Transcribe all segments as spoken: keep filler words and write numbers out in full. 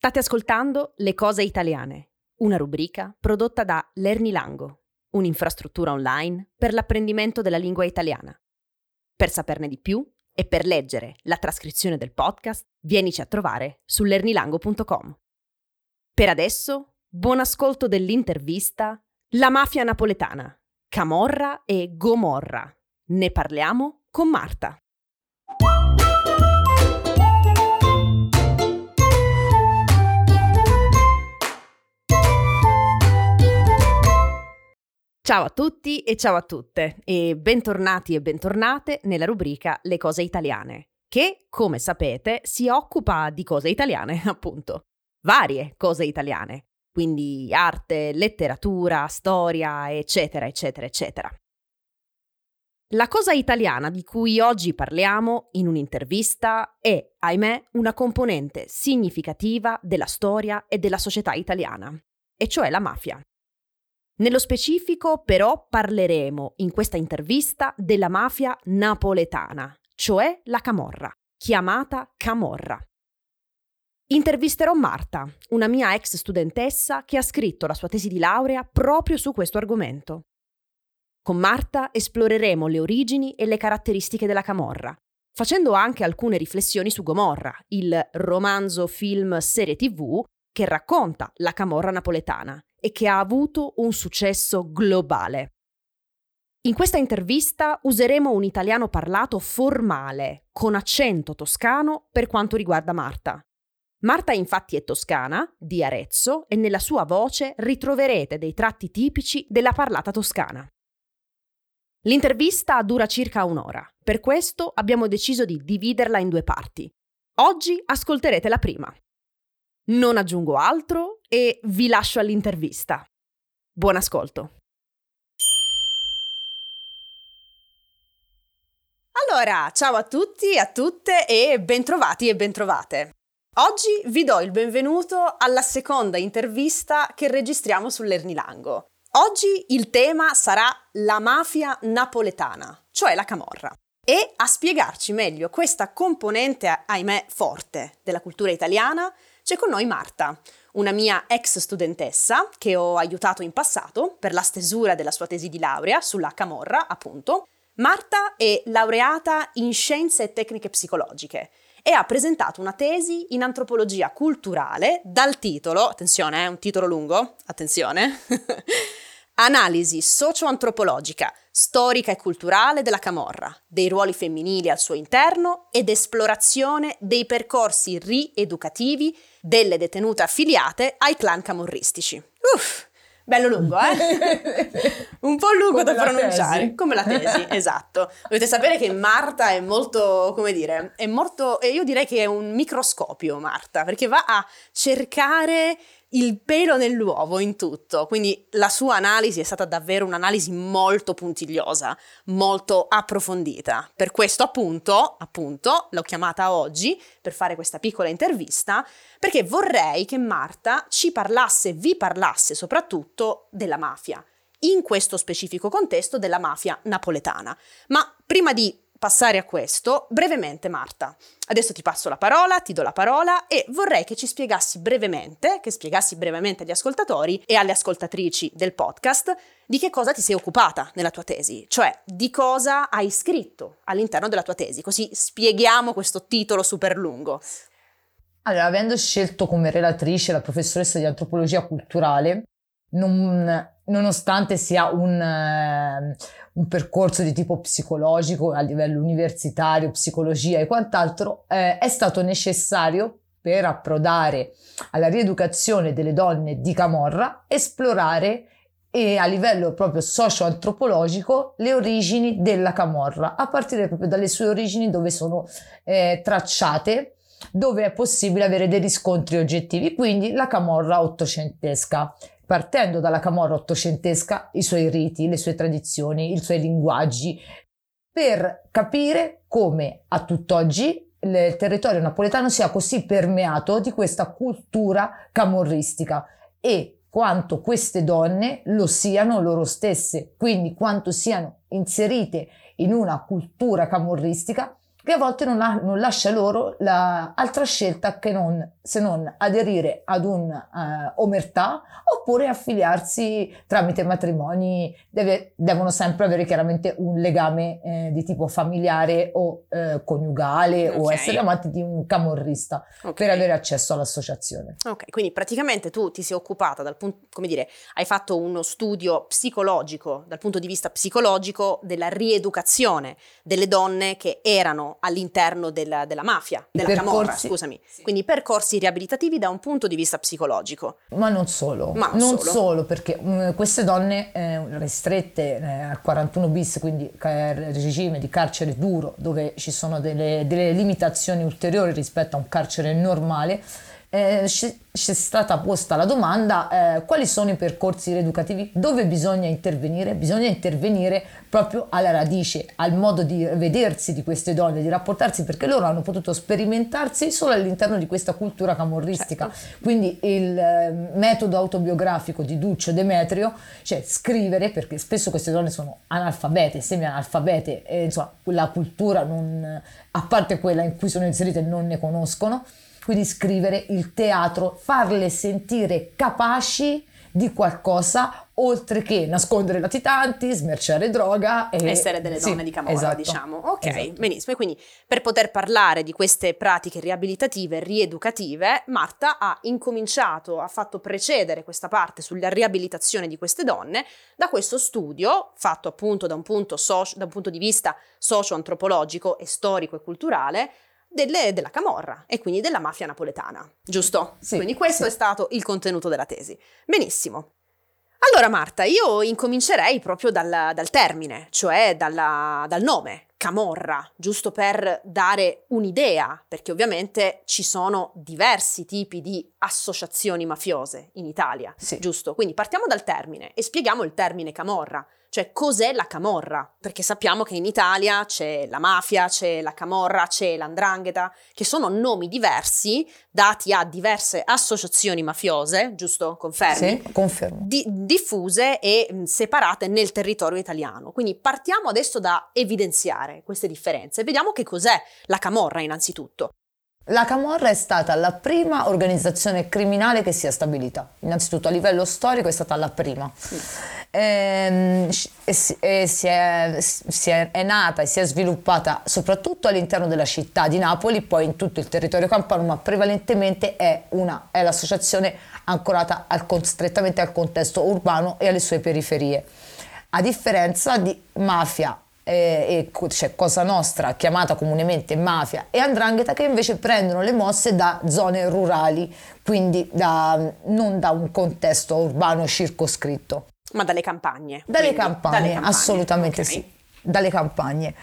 State ascoltando Le Cose Italiane, una rubrica prodotta da Lernilango, un'infrastruttura online per l'apprendimento della lingua italiana. Per saperne di più e per leggere la trascrizione del podcast, vienici a trovare su lernilango punto com. Per adesso, buon ascolto dell'intervista La mafia napoletana, Camorra e Gomorra. Ne parliamo con Marta. Ciao a tutti e ciao a tutte e bentornati e bentornate nella rubrica Le Cose Italiane, che, come sapete, si occupa di cose italiane, appunto. Varie cose italiane, quindi arte, letteratura, storia, eccetera, eccetera, eccetera. La cosa italiana di cui oggi parliamo in un'intervista è, ahimè, una componente significativa della storia e della società italiana, e cioè la mafia. Nello specifico, però, parleremo in questa intervista della mafia napoletana, cioè la Camorra, chiamata Camorra. Intervisterò Marta, una mia ex studentessa che ha scritto la sua tesi di laurea proprio su questo argomento. Con Marta esploreremo le origini e le caratteristiche della Camorra, facendo anche alcune riflessioni su Gomorra, il romanzo, film, serie tivù che racconta la Camorra napoletana e che ha avuto un successo globale. In questa intervista useremo un italiano parlato formale, con accento toscano per quanto riguarda Marta. Marta infatti è toscana, di Arezzo, e nella sua voce ritroverete dei tratti tipici della parlata toscana. L'intervista dura circa un'ora, per questo abbiamo deciso di dividerla in due parti. Oggi ascolterete la prima. Non aggiungo altro e vi lascio all'intervista. Buon ascolto. Allora, ciao a tutti e a tutte e bentrovati e bentrovate. Oggi vi do il benvenuto alla seconda intervista che registriamo su Lernilango. Oggi il tema sarà la mafia napoletana, cioè la Camorra. E a spiegarci meglio questa componente, ahimè, forte della cultura italiana c'è con noi Marta, una mia ex studentessa che ho aiutato in passato per la stesura della sua tesi di laurea sulla Camorra, appunto. Marta è laureata in scienze e tecniche psicologiche e ha presentato una tesi in antropologia culturale dal titolo, attenzione, è un titolo lungo, attenzione, Analisi socio-antropologica, storica e culturale della Camorra, dei ruoli femminili al suo interno ed esplorazione dei percorsi rieducativi delle detenute affiliate ai clan camorristici. Uff, bello lungo, eh? Un po' lungo come da pronunciare, tesi. Come la tesi, esatto. Dovete sapere che Marta è molto, come dire, è molto, io direi che è un microscopio Marta, perché va a cercare il pelo nell'uovo in tutto, quindi la sua analisi è stata davvero un'analisi molto puntigliosa, molto approfondita. Per questo appunto, appunto, l'ho chiamata oggi per fare questa piccola intervista, perché vorrei che Marta ci parlasse, vi parlasse soprattutto della mafia, in questo specifico contesto della mafia napoletana. Ma prima di passare a questo, brevemente Marta, adesso ti passo la parola, ti do la parola e vorrei che ci spiegassi brevemente, che spiegassi brevemente agli ascoltatori e alle ascoltatrici del podcast di che cosa ti sei occupata nella tua tesi, cioè di cosa hai scritto all'interno della tua tesi, così spieghiamo questo titolo super lungo. Allora, avendo scelto come relatrice la professoressa di antropologia culturale, non, nonostante sia un, eh, un percorso di tipo psicologico a livello universitario, psicologia e quant'altro, eh, è stato necessario per approdare alla rieducazione delle donne di Camorra esplorare e a livello proprio socio-antropologico le origini della Camorra, a partire proprio dalle sue origini dove sono eh, tracciate, dove è possibile avere dei riscontri oggettivi, quindi la Camorra ottocentesca. Partendo dalla Camorra ottocentesca, i suoi riti, le sue tradizioni, i suoi linguaggi, per capire come a tutt'oggi il territorio napoletano sia così permeato di questa cultura camorristica e quanto queste donne lo siano loro stesse, quindi quanto siano inserite in una cultura camorristica che a volte non, la, non lascia loro la altra scelta che non se non aderire ad un uh, omertà oppure affiliarsi tramite matrimoni. Deve, devono sempre avere chiaramente un legame eh, di tipo familiare o eh, coniugale, okay, o essere amanti di un camorrista, okay, per avere accesso all'associazione. Ok, quindi praticamente tu ti sei occupata dal punto, come dire, hai fatto uno studio psicologico, dal punto di vista psicologico, della rieducazione delle donne che erano all'interno della, della mafia, della percorsi, camorra, scusami. Sì. Quindi percorsi riabilitativi da un punto di vista psicologico. Ma non solo, Ma non, non solo. solo, perché um, queste donne eh, ristrette eh, al quarantuno bis, quindi eh, regime di carcere duro, dove ci sono delle, delle limitazioni ulteriori rispetto a un carcere normale, eh, c'è, c'è stata posta la domanda eh, quali sono i percorsi rieducativi, dove bisogna intervenire. Bisogna intervenire proprio alla radice, al modo di vedersi di queste donne, di rapportarsi, perché loro hanno potuto sperimentarsi solo all'interno di questa cultura camorristica. Certo. Quindi il eh, metodo autobiografico di Duccio Demetrio, cioè scrivere, perché spesso queste donne sono analfabete, semi-analfabete, e insomma la cultura, non, a parte quella in cui sono inserite, non ne conoscono. Quindi scrivere il teatro, farle sentire capaci di qualcosa, oltre che nascondere latitanti, smerciare droga e essere delle donne, sì, di camorra, esatto, diciamo. Ok, esatto. Benissimo. E quindi per poter parlare di queste pratiche riabilitative, rieducative, Marta ha incominciato, ha fatto precedere questa parte sulla riabilitazione di queste donne da questo studio fatto appunto da un punto, socio, da un punto di vista socio-antropologico e storico e culturale Delle, della camorra e quindi della mafia napoletana, giusto? Sì, quindi questo sì. è stato il contenuto della tesi. Benissimo. Allora Marta, io incomincerei proprio dal, dal termine, cioè dalla, dal nome, camorra, giusto per dare un'idea, perché ovviamente ci sono diversi tipi di associazioni mafiose in Italia, sì, giusto? Quindi partiamo dal termine e spieghiamo il termine camorra. Cioè, cos'è la camorra? Perché sappiamo che in Italia c'è la mafia, c'è la camorra, c'è l'andrangheta, che sono nomi diversi dati a diverse associazioni mafiose, giusto? Confermi? Sì, confermo. Di, diffuse e mh, separate nel territorio italiano. Quindi partiamo adesso da evidenziare queste differenze. Vediamo che cos'è la camorra innanzitutto. La camorra è stata la prima organizzazione criminale che si è stabilita. Innanzitutto a livello storico è stata la prima. Mm. E, e, si, e si, è, si è, è nata e si è sviluppata soprattutto all'interno della città di Napoli, poi in tutto il territorio campano, ma prevalentemente è, una, è l'associazione ancorata al, strettamente al contesto urbano e alle sue periferie. A differenza di mafia e c'è cioè Cosa Nostra, chiamata comunemente mafia, e 'ndrangheta, che invece prendono le mosse da zone rurali, quindi da, non da un contesto urbano circoscritto, ma dalle campagne. Dalle, quindi, campagne, dalle campagne, assolutamente, okay, sì, dalle campagne.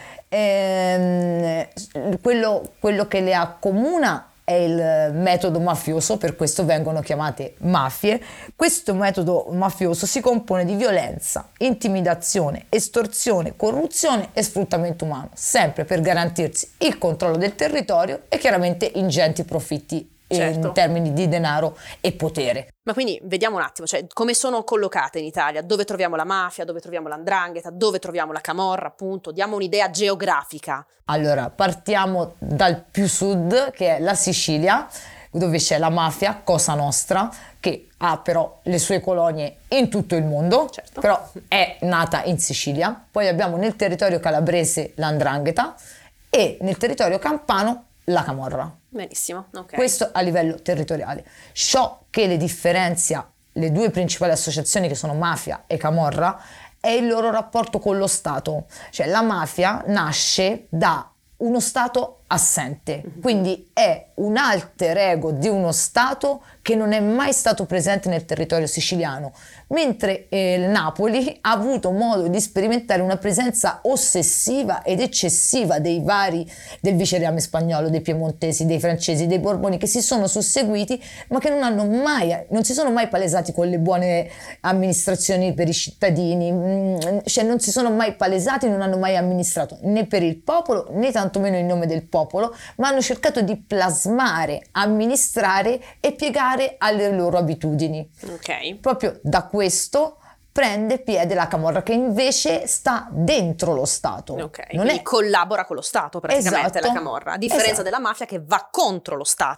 Ehm, quello, quello che le accomuna è il metodo mafioso, per questo vengono chiamate mafie. Questo metodo mafioso si compone di violenza, intimidazione, estorsione, corruzione e sfruttamento umano, sempre per garantirsi il controllo del territorio e chiaramente ingenti profitti, certo, in termini di denaro e potere. Ma quindi vediamo un attimo, cioè come sono collocate in Italia, dove troviamo la mafia, dove troviamo l'andrangheta, dove troviamo la camorra, appunto, diamo un'idea geografica. Allora, partiamo dal più sud, che è la Sicilia, dove c'è la mafia, Cosa Nostra, che ha però le sue colonie in tutto il mondo, certo, però è nata in Sicilia. Poi abbiamo nel territorio calabrese l'andrangheta e nel territorio campano la camorra. Benissimo, ok. Questo a livello territoriale. Ciò che le differenzia le due principali associazioni, che sono mafia e camorra, è il loro rapporto con lo Stato. Cioè la mafia nasce da uno Stato assente, quindi è un alter ego di uno Stato che non è mai stato presente nel territorio siciliano, mentre eh, Napoli ha avuto modo di sperimentare una presenza ossessiva ed eccessiva dei vari, del vicereame spagnolo, dei piemontesi, dei francesi, dei borboni, che si sono susseguiti, ma che non hanno mai, non si sono mai palesati con le buone amministrazioni per i cittadini, cioè non si sono mai palesati, non hanno mai amministrato né per il popolo né tantomeno in nome del popolo, ma hanno cercato di plasmare, amministrare e piegare alle loro abitudini. Ok. Proprio da questo prende piede la camorra, che invece sta dentro lo Stato. Ok, non è... collabora con lo Stato praticamente, esatto, la camorra, a differenza, esatto, della mafia che va contro lo Stato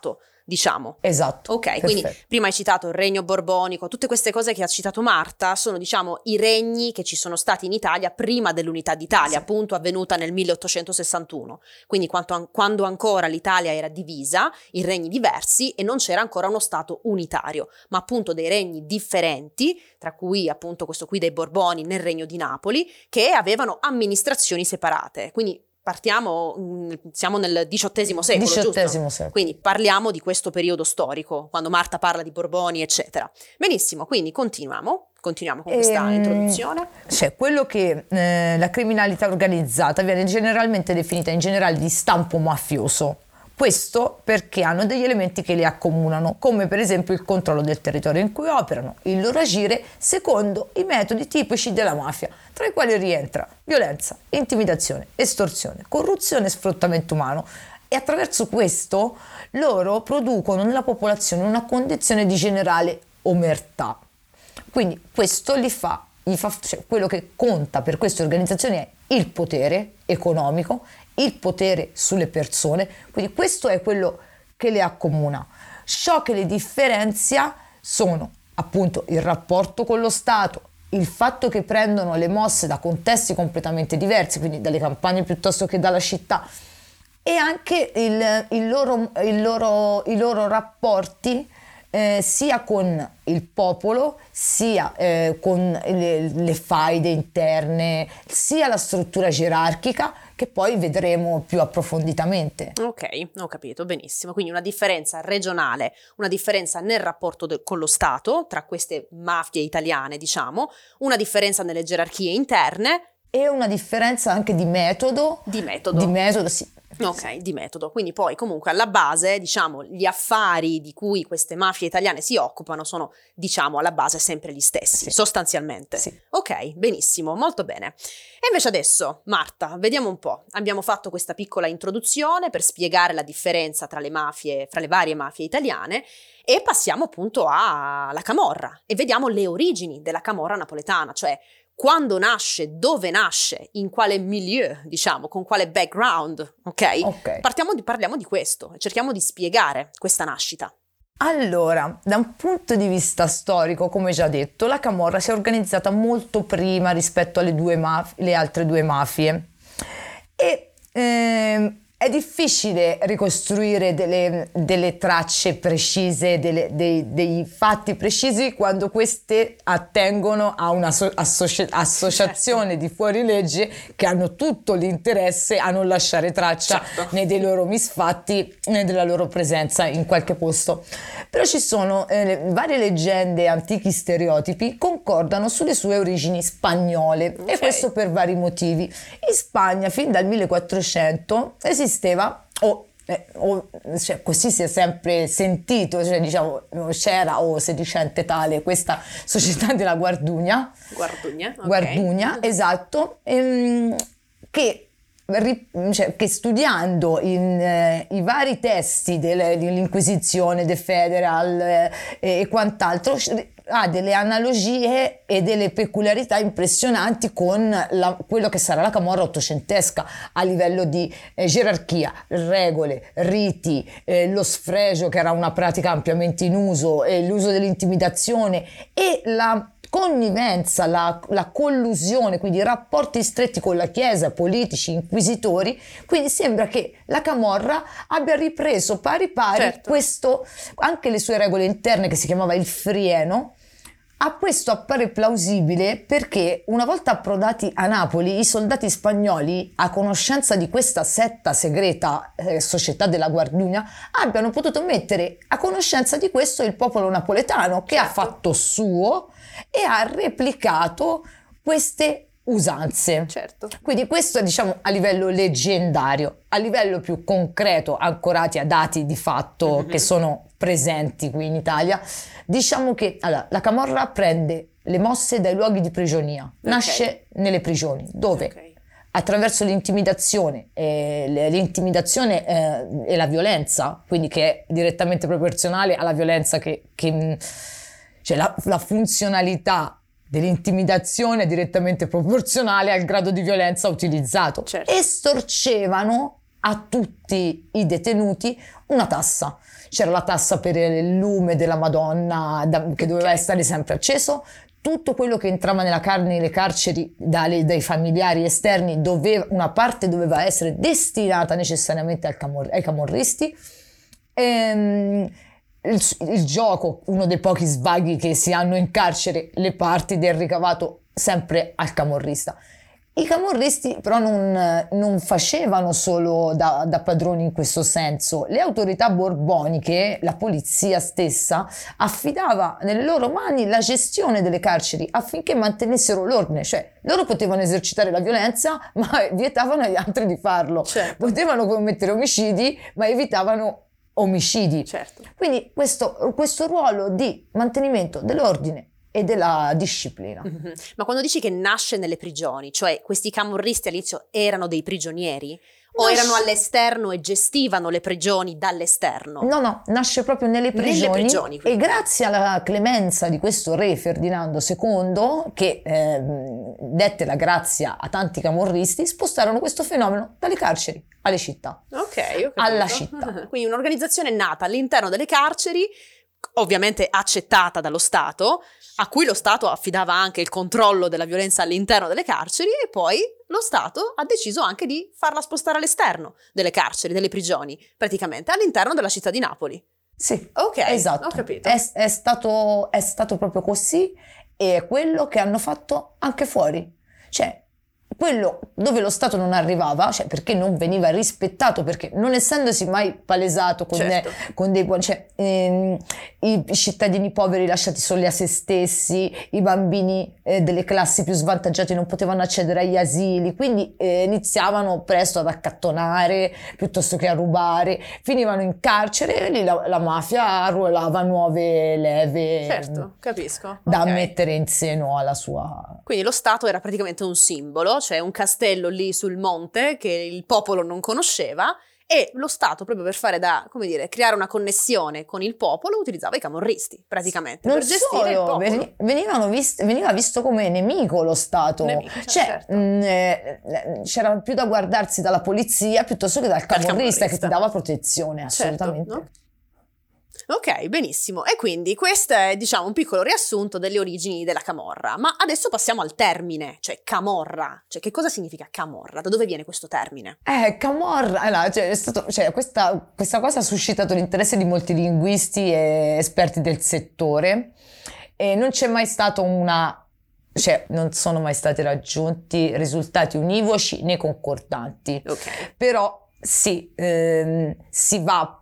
diciamo. Esatto. Ok, perfetto. quindi prima hai citato il regno borbonico, tutte queste cose che ha citato Marta sono, diciamo, i regni che ci sono stati in Italia prima dell'unità d'Italia, Sì. appunto avvenuta nel milleottocentosessantuno. Quindi quando, quando ancora l'Italia era divisa in regni diversi e non c'era ancora uno Stato unitario, ma appunto dei regni differenti, tra cui appunto questo qui dei Borboni nel regno di Napoli, che avevano amministrazioni separate. Quindi partiamo, mh, siamo nel diciottesimo secolo, diciottesimo giusto? secolo. Quindi parliamo di questo periodo storico, quando Marta parla di Borboni, eccetera. Benissimo, quindi continuiamo. Continuiamo con questa Ehm, introduzione. Cioè, quello che eh, la criminalità organizzata viene generalmente definita in generale di stampo mafioso. Questo perché hanno degli elementi che li accomunano, come per esempio il controllo del territorio in cui operano, il loro agire secondo i metodi tipici della mafia, tra i quali rientra violenza, intimidazione, estorsione, corruzione e sfruttamento umano. E attraverso questo loro producono nella popolazione una condizione di generale omertà. Quindi questo li fa, gli fa cioè, quello che conta per queste organizzazioni è il potere economico, il potere sulle persone, quindi questo è quello che le accomuna. Ciò che le differenzia sono appunto il rapporto con lo Stato, il fatto che prendono le mosse da contesti completamente diversi, quindi dalle campagne piuttosto che dalla città, e anche il, il loro, il loro, i loro rapporti eh, sia con il popolo, sia eh, con le, le faide interne, sia la struttura gerarchica, che poi vedremo più approfonditamente. Ok, ho capito, benissimo. Quindi una differenza regionale, una differenza nel rapporto de- con lo Stato, tra queste mafie italiane, diciamo, una differenza nelle gerarchie interne. E una differenza anche di metodo. Di metodo. Di metodo, sì. Ok, di metodo. Quindi poi comunque alla base, diciamo, gli affari di cui queste mafie italiane si occupano sono, diciamo, alla base sempre gli stessi, Sì. sostanzialmente. Sì. Ok, benissimo, molto bene. E invece adesso, Marta, vediamo un po'. Abbiamo fatto questa piccola introduzione per spiegare la differenza tra le mafie, fra le varie mafie italiane, e passiamo appunto alla camorra e vediamo le origini della camorra napoletana, cioè quando nasce, dove nasce, in quale milieu, diciamo, con quale background, ok? Ok. Partiamo di, parliamo di questo, cerchiamo di spiegare questa nascita. Allora, da un punto di vista storico, come già detto, la camorra si è organizzata molto prima rispetto alle due maf- le altre due mafie e ehm, è difficile ricostruire delle, delle tracce precise, delle, dei, dei fatti precisi quando queste attengono a una so- associ- associazione di fuorilegge che hanno tutto l'interesse a non lasciare traccia Certo. né dei loro misfatti né della loro presenza in qualche posto. Però ci sono eh, varie leggende, antichi stereotipi concordano sulle sue origini spagnole, Ok. e questo per vari motivi. In Spagna fin dal millequattrocento esisteva o eh, o, cioè, così si è sempre sentito, cioè diciamo c'era o sedicente tale questa società della Guardugna. Guardugna, ok. Guardugna, esatto, ehm, che, ri- cioè, che studiando in, eh, i vari testi del- dell'Inquisizione, De Federal eh, e quant'altro, ha delle analogie e delle peculiarità impressionanti con la- quello che sarà la camorra ottocentesca a livello di eh, gerarchia, regole, riti, eh, lo sfregio, che era una pratica ampiamente in uso, e l'uso dell'intimidazione e la connivenza, la, la collusione, quindi rapporti stretti con la Chiesa, politici, inquisitori. Quindi sembra che la camorra abbia ripreso pari pari Certo. questo, anche le sue regole interne, che si chiamava il frieno. A questo appare plausibile perché una volta approdati a Napoli, i soldati spagnoli, a conoscenza di questa setta segreta eh, società della Guardugna, abbiano potuto mettere a conoscenza di questo il popolo napoletano, che Certo. ha fatto suo e ha replicato queste usanze. Certo. Quindi questo è, diciamo, a livello leggendario. A livello più concreto, ancorati a dati di fatto Mhm. che sono presenti qui in Italia, diciamo che allora, la camorra prende le mosse dai luoghi di prigionia, nasce nelle prigioni, dove Ok. attraverso l'intimidazione, eh, le- l'intimidazione eh, e la violenza, quindi che è direttamente proporzionale alla violenza che, che cioè la, la funzionalità dell'intimidazione è direttamente proporzionale al grado di violenza utilizzato. Certo. Estorcevano a tutti i detenuti una tassa. C'era la tassa per il lume della Madonna da, che doveva okay. stare sempre acceso. Tutto quello che entrava nella carne nelle carceri dalle, dai familiari esterni, doveva, una parte doveva essere destinata necessariamente al camor, ai camorristi. Ehm, il, il gioco, uno dei pochi svaghi che si hanno in carcere, le parti del ricavato sempre al camorrista. I camorristi però non, non facevano solo da, da padroni in questo senso. Le autorità borboniche, la polizia stessa, affidava nelle loro mani la gestione delle carceri affinché mantenessero l'ordine. Cioè, loro potevano esercitare la violenza, ma vietavano agli altri di farlo. Certo. Potevano commettere omicidi, ma evitavano omicidi. Certo. Quindi questo, questo ruolo di mantenimento dell'ordine e della disciplina. Mm-hmm. Ma quando dici che nasce nelle prigioni, cioè questi camorristi all'inizio erano dei prigionieri o Nasce... erano all'esterno e gestivano le prigioni dall'esterno? No, no, nasce proprio nelle prigioni, nelle prigioni e grazie alla clemenza di questo re Ferdinando secondo, che eh, dette la grazia a tanti camorristi, spostarono questo fenomeno dalle carceri alle città. Ok, ho capito. Alla città. Quindi un'organizzazione nata all'interno delle carceri, ovviamente accettata dallo Stato, a cui lo Stato affidava anche il controllo della violenza all'interno delle carceri, e poi lo Stato ha deciso anche di farla spostare all'esterno delle carceri, delle prigioni, praticamente all'interno della città di Napoli. Sì, ok, esatto. Ho capito. È, è, stato, è stato proprio così, e è quello che hanno fatto anche fuori. Cioè, quello dove lo Stato non arrivava, cioè perché non veniva rispettato, perché non essendosi mai palesato con, certo. de, con dei buoni, cioè ehm, i cittadini poveri lasciati soli a se stessi, i bambini eh, delle classi più svantaggiate non potevano accedere agli asili, quindi eh, iniziavano presto ad accattonare piuttosto che a rubare, finivano in carcere e lì la, la mafia arruolava nuove leve certo, capisco. da okay. mettere in seno alla sua... Quindi lo Stato era praticamente un simbolo, cioè un castello lì sul monte che il popolo non conosceva, e lo Stato, proprio per fare da, come dire, creare una connessione con il popolo, utilizzava i camorristi, praticamente, non per gestire solo, il popolo. Venivano vist, veniva visto come nemico lo Stato. Nemico, cioè, certo. mh, eh, c'era più da guardarsi dalla polizia piuttosto che dal camorrista, camorrista. che ti dava protezione, assolutamente. Certo, no? Ok, benissimo. E quindi questo è, diciamo, un piccolo riassunto delle origini della camorra. Ma adesso passiamo al termine, cioè camorra. Cioè, che cosa significa camorra? Da dove viene questo termine? Eh, camorra, eh, no, cioè, è stato, cioè, questa, questa cosa ha suscitato l'interesse di molti linguisti e esperti del settore, e non c'è mai stato una... cioè non sono mai stati raggiunti risultati univoci né concordanti. Ok. Però sì, ehm, si va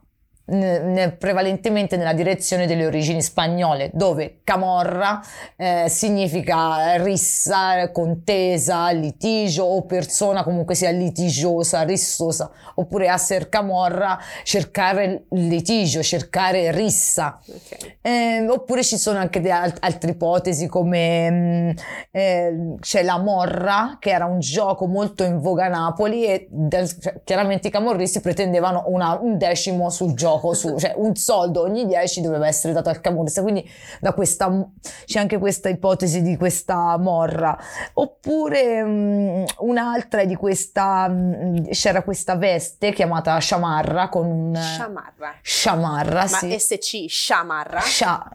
Ne, prevalentemente nella direzione delle origini spagnole, dove camorra eh, significa rissa, contesa, litigio, o persona comunque sia litigiosa, rissosa, oppure esser camorra, cercare litigio, cercare rissa. Okay. Eh, oppure ci sono anche de- alt- altre ipotesi, come mh, eh, c'è la morra, che era un gioco molto in voga a Napoli, e del, cioè, chiaramente i camorristi pretendevano una, un decimo sul gioco. Su, cioè un soldo ogni dieci doveva essere dato al camorrista, quindi da questa c'è anche questa ipotesi di questa morra. Oppure um, un'altra è di questa um, c'era questa veste chiamata sciamarra, con un sciamarra sciamarra ma sì. S C sciamarra Scia,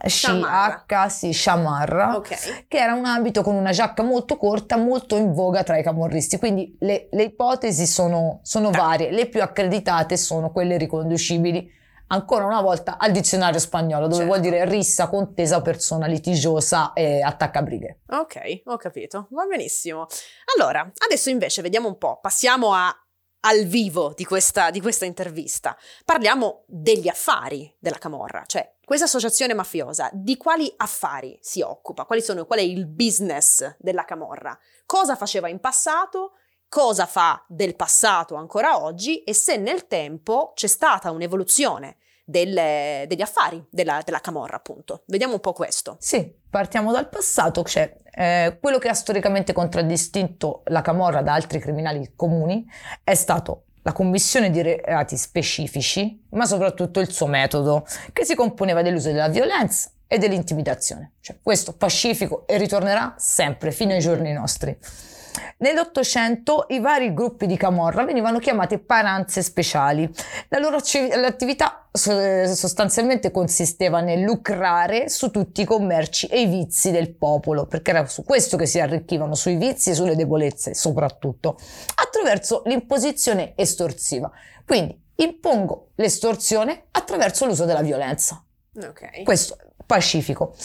C-H sì, sciamarra, okay. che era un abito con una giacca molto corta, molto in voga tra i camorristi. Quindi le, le ipotesi sono, sono varie, le più accreditate sono quelle riconducibili ancora una volta al dizionario spagnolo, dove certo. vuol dire rissa, contesa, persona litigiosa e attaccabrighe. Ok, ho capito, va benissimo. Allora, adesso invece vediamo un po', passiamo a, al vivo di questa, di questa intervista. Parliamo degli affari della camorra, cioè questa associazione mafiosa di quali affari si occupa? Quali sono, qual è il business della camorra? Cosa faceva in passato? Cosa fa del passato ancora oggi? E se nel tempo c'è stata un'evoluzione delle, degli affari della, della camorra, appunto. Vediamo un po' questo. Sì, partiamo dal passato. Cioè, eh, quello che ha storicamente contraddistinto la camorra da altri criminali comuni è stato la commissione di reati specifici, ma soprattutto il suo metodo, che si componeva dell'uso della violenza e dell'intimidazione. Cioè, questo pacifico, e ritornerà sempre fino ai giorni nostri. Nell'Ottocento i vari gruppi di camorra venivano chiamati paranze speciali. La loro attività sostanzialmente consisteva nel lucrare su tutti i commerci e i vizi del popolo, perché era su questo che si arricchivano, sui vizi e sulle debolezze soprattutto, attraverso l'imposizione estorsiva. Quindi impongo l'estorsione attraverso l'uso della violenza. Okay. Questo è pacifico.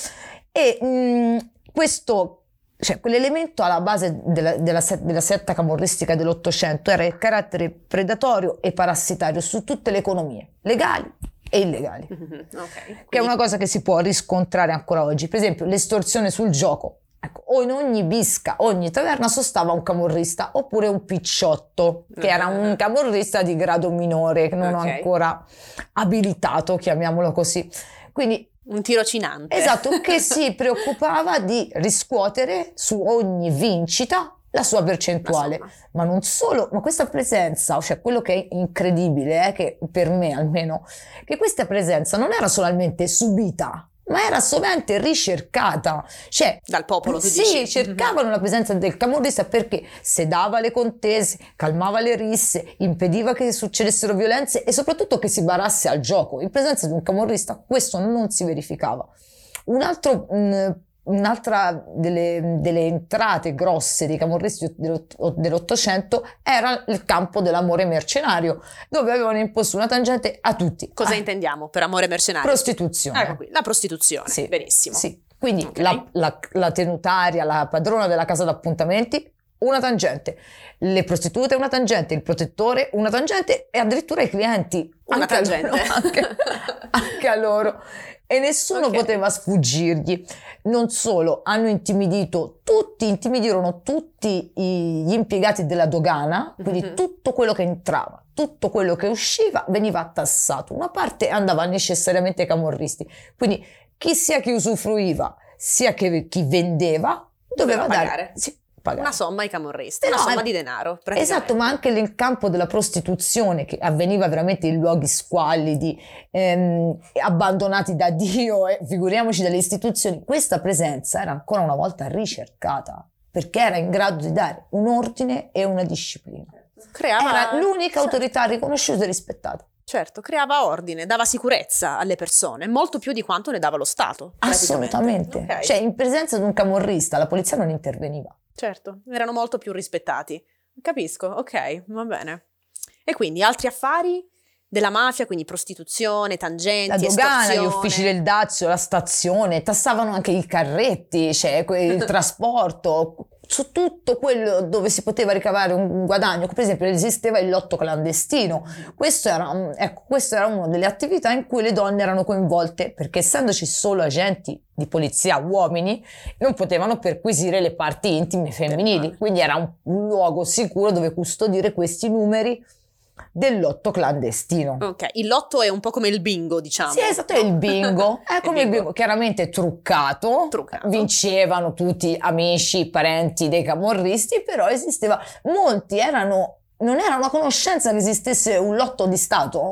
E mh, questo, cioè quell'elemento alla base della, della, della setta camorristica dell'Ottocento era il carattere predatorio e parassitario su tutte le economie, legali e illegali, Mm-hmm. Okay. che è Quindi- una cosa che si può riscontrare ancora oggi. Per esempio l'estorsione sul gioco. Ecco, o in ogni bisca, ogni taverna sostava un camorrista oppure un picciotto, che era un camorrista di grado minore, che non ho Ok. ancora abilitato, chiamiamolo così. Quindi Un tirocinante. esatto, che si preoccupava di riscuotere su ogni vincita la sua percentuale. Insomma. Ma non solo, ma questa presenza, cioè quello che è incredibile, eh, che per me almeno, che questa presenza non era solamente subita, ma era sovente ricercata. Cioè, Dal popolo, tu sì, dici? cercavano la presenza del camorrista perché sedava le contese, calmava le risse, impediva che succedessero violenze e soprattutto che si barasse al gioco. In presenza di un camorrista questo non si verificava. Un altro, mh, un'altra delle, delle entrate grosse dei camorristi dell'Ott- dell'Ottocento era il campo dell'amore mercenario, dove avevano imposto una tangente a tutti. Cosa Ah, intendiamo per amore mercenario? prostituzione. Ecco qui, la prostituzione. Sì, Benissimo. sì. Quindi Ok. la, la- la tenutaria, la padrona della casa d'appuntamenti, una tangente, le prostitute una tangente, il protettore una tangente e addirittura i clienti Una anche a tangente. loro, anche, anche a loro. E nessuno Ok. poteva sfuggirgli. Non solo, hanno intimidito tutti, intimidirono tutti i- gli impiegati della dogana, quindi Mhm. tutto quello che entrava, tutto quello che usciva veniva tassato. Una parte andava necessariamente ai camorristi. Quindi chi sia chi usufruiva, sia che chi vendeva, doveva, Doveva dare pagare. sì, pagare. Una somma ai camorristi, No, una somma eh, di denaro. praticamente. Esatto, ma anche nel campo della prostituzione, che avveniva veramente in luoghi squallidi, ehm, abbandonati da Dio e figuriamoci dalle istituzioni, questa presenza era ancora una volta ricercata, perché era in grado di dare un ordine e una disciplina. Creava, Era l'unica Certo. autorità riconosciuta e rispettata. Certo, creava ordine, dava sicurezza alle persone, molto più di quanto ne dava lo Stato. praticamente. Assolutamente. Ok. Cioè, in presenza di un camorrista, la polizia non interveniva. Certo, erano molto più rispettati. Capisco, ok, va bene. E quindi altri affari della mafia, quindi prostituzione, tangenti, La dogana, gli estorsione. uffici del Dazio, la stazione, tassavano anche i carretti, cioè que- il trasporto, su tutto quello dove si poteva ricavare un un guadagno. Per esempio esisteva il lotto clandestino. Questo era, un- ecco, questa era una delle attività in cui le donne erano coinvolte, perché essendoci solo agenti di polizia uomini, non potevano perquisire le parti intime femminili, quindi era un, un luogo sicuro dove custodire questi numeri del lotto clandestino. Ok, il lotto è un po' come il bingo, diciamo. Sì, esatto, è il bingo. È come il bingo. bingo, chiaramente truccato. Truccato. Vincevano tutti amici, parenti dei camorristi, però esisteva. Molti erano. Non era una conoscenza che esistesse un lotto di Stato.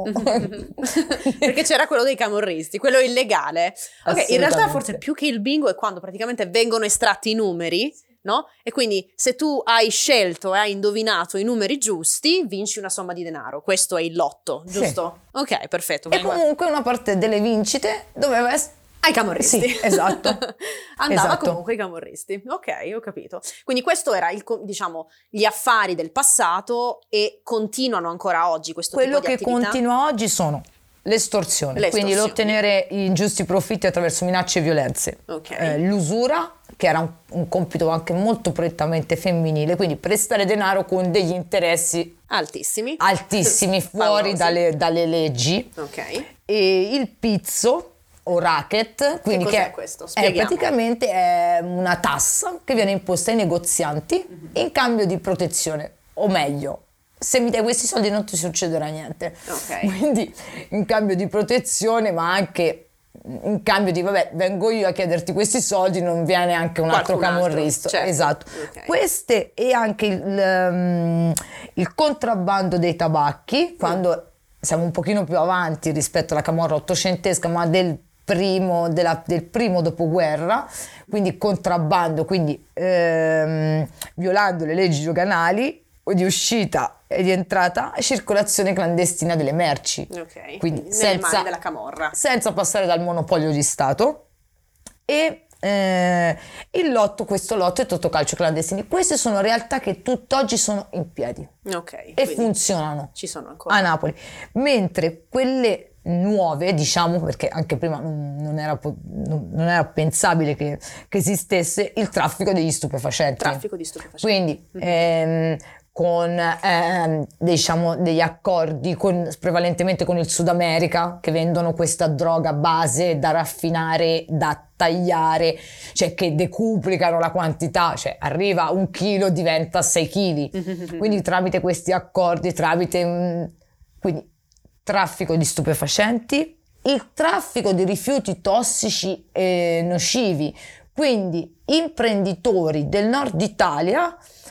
Perché c'era quello dei camorristi, quello illegale. Ok, in realtà Assolutamente. forse più che il bingo è quando praticamente vengono estratti i numeri, no? E quindi se tu hai scelto e hai indovinato i numeri giusti, vinci una somma di denaro. Questo è il lotto, Sì. giusto? Ok, perfetto. E vengo- comunque una parte delle vincite doveva essere. Ai camorristi. Sì, esatto. Andava Esatto. comunque ai camorristi. Ok, ho capito. Quindi questo era il, co- diciamo, gli affari del passato e continuano ancora oggi questo Quello tipo di che attività? continua oggi sono l'estorsione, Le quindi estorsioni. l'ottenere ingiusti profitti attraverso minacce e violenze. Ok. Eh, l'usura, che era un, un compito anche molto prettamente femminile, quindi prestare denaro con degli interessi Altissimi. altissimi fuori Paurosi. dalle, dalle leggi. Ok. E il pizzo o racket, quindi cos'è che questo? è Spieghiamo. praticamente è una tassa che viene imposta ai negozianti Mhm. in cambio di protezione, o meglio, se mi dai questi soldi non ti succederà niente. Ok. Quindi in cambio di protezione, ma anche in cambio di vabbè, vengo io a chiederti questi soldi, non viene anche un altro Qualcun altro, camorrista. certo. Esatto. Ok. Queste e anche il, um, il contrabbando dei tabacchi, quando siamo un pochino più avanti rispetto alla camorra ottocentesca, ma del primo, della, del primo dopoguerra, quindi contrabbando, quindi ehm, violando le leggi doganali di uscita e di entrata e circolazione clandestina delle merci. Ok, quindi nelle senza, mani della camorra. senza passare dal monopolio di Stato. E eh, il lotto, questo lotto e totocalcio clandestini, queste sono realtà che tutt'oggi sono in piedi, Ok, e funzionano ci sono ancora a Napoli, mentre quelle nuove, diciamo, perché anche prima non, non, era, non era pensabile che, che esistesse il traffico degli stupefacenti. Traffico di stupefacenti. Quindi ehm, con ehm, diciamo degli accordi con, prevalentemente con il Sud America, che vendono questa droga base da raffinare, da tagliare, cioè che decuplicano la quantità, cioè arriva un chilo diventa sei chili. Quindi tramite questi accordi, tramite mh, quindi traffico di stupefacenti, il traffico di rifiuti tossici e nocivi, quindi imprenditori del nord Italia,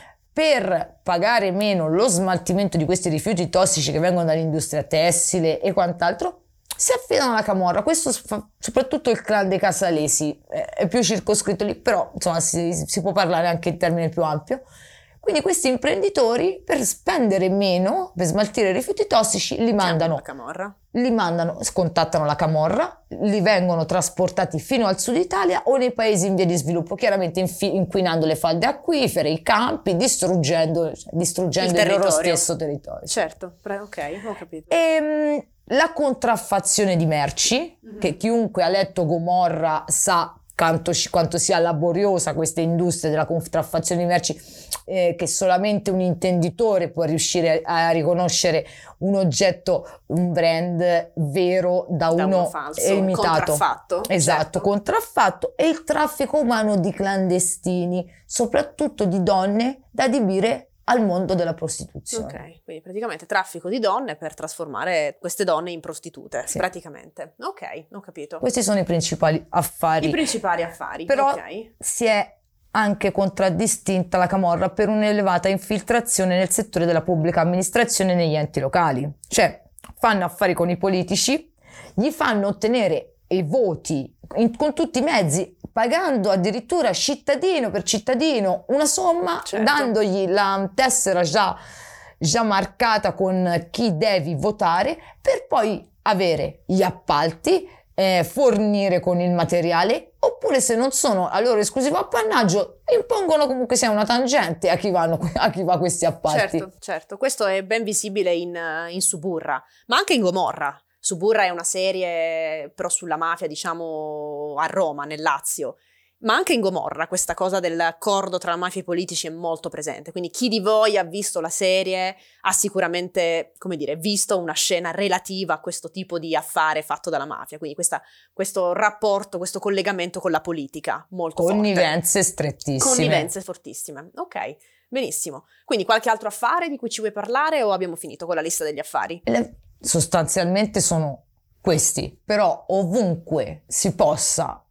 per pagare meno lo smaltimento di questi rifiuti tossici che vengono dall'industria tessile e quant'altro, si affidano alla camorra. Questo fa, soprattutto il clan dei Casalesi è più circoscritto lì, però insomma si, si può parlare anche in termini più ampio. Quindi questi imprenditori, per spendere meno, per smaltire i rifiuti tossici, li mandano, camorra. li mandano, scontattano la camorra, li vengono trasportati fino al sud Italia o nei paesi in via di sviluppo, chiaramente infi- inquinando le falde acquifere, i campi, distruggendo, cioè, distruggendo il, il loro stesso territorio. Certo, ok, ho capito. E, la contraffazione di merci, mm-hmm. che chiunque ha letto Gomorra sa quanto, quanto sia laboriosa questa industria della contraffazione di merci, eh, che solamente un intenditore può riuscire a, a riconoscere un oggetto, un brand vero da, da uno, uno falso, imitato. Contraffatto. Esatto, certo. contraffatto, e il traffico umano di clandestini, soprattutto di donne, da adibire al mondo della prostituzione. Ok, quindi praticamente traffico di donne per trasformare queste donne in prostitute, sì. praticamente. Ok, ho capito. Questi sono i principali affari. I principali affari, Però okay. si è anche contraddistinta la camorra per un'elevata infiltrazione nel settore della pubblica amministrazione e negli enti locali. Cioè, fanno affari con i politici, gli fanno ottenere i voti in, con tutti i mezzi, pagando addirittura cittadino per cittadino una somma, certo. dandogli la tessera già, già marcata con chi devi votare, per poi avere gli appalti, eh, fornire con il materiale, oppure se non sono a loro esclusivo appannaggio, impongono comunque sia una tangente a chi, vanno, a chi va a questi appalti. Certo, certo, questo è ben visibile in, in Suburra, ma anche in Gomorra. Suburra è una serie però sulla mafia, diciamo, a Roma, nel Lazio. Ma anche in Gomorra questa cosa dell'accordo tra mafia e politici è molto presente. Quindi chi di voi ha visto la serie ha sicuramente, come dire, visto una scena relativa a questo tipo di affare fatto dalla mafia. Quindi questa, questo rapporto, questo collegamento con la politica molto forte. Connivenze strettissime. Connivenze fortissime. Ok, benissimo. Quindi qualche altro affare di cui ci vuoi parlare o abbiamo finito con la lista degli affari? Le... Sostanzialmente sono questi, però ovunque si possa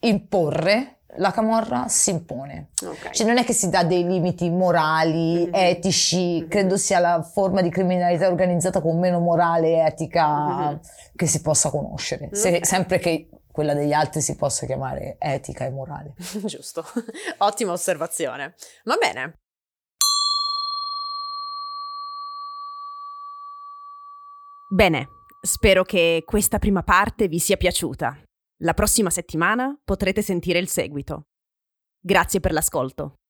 imporre, la camorra si impone. Okay. Cioè non è che si dà dei limiti morali, mm-hmm. etici, mm-hmm. credo sia la forma di criminalità organizzata con meno morale e etica mm-hmm. che si possa conoscere, okay. Se, sempre che quella degli altri si possa chiamare etica e morale. Giusto, ottima osservazione. Va bene. Bene, spero che questa prima parte vi sia piaciuta. La prossima settimana potrete sentire il seguito. Grazie per l'ascolto.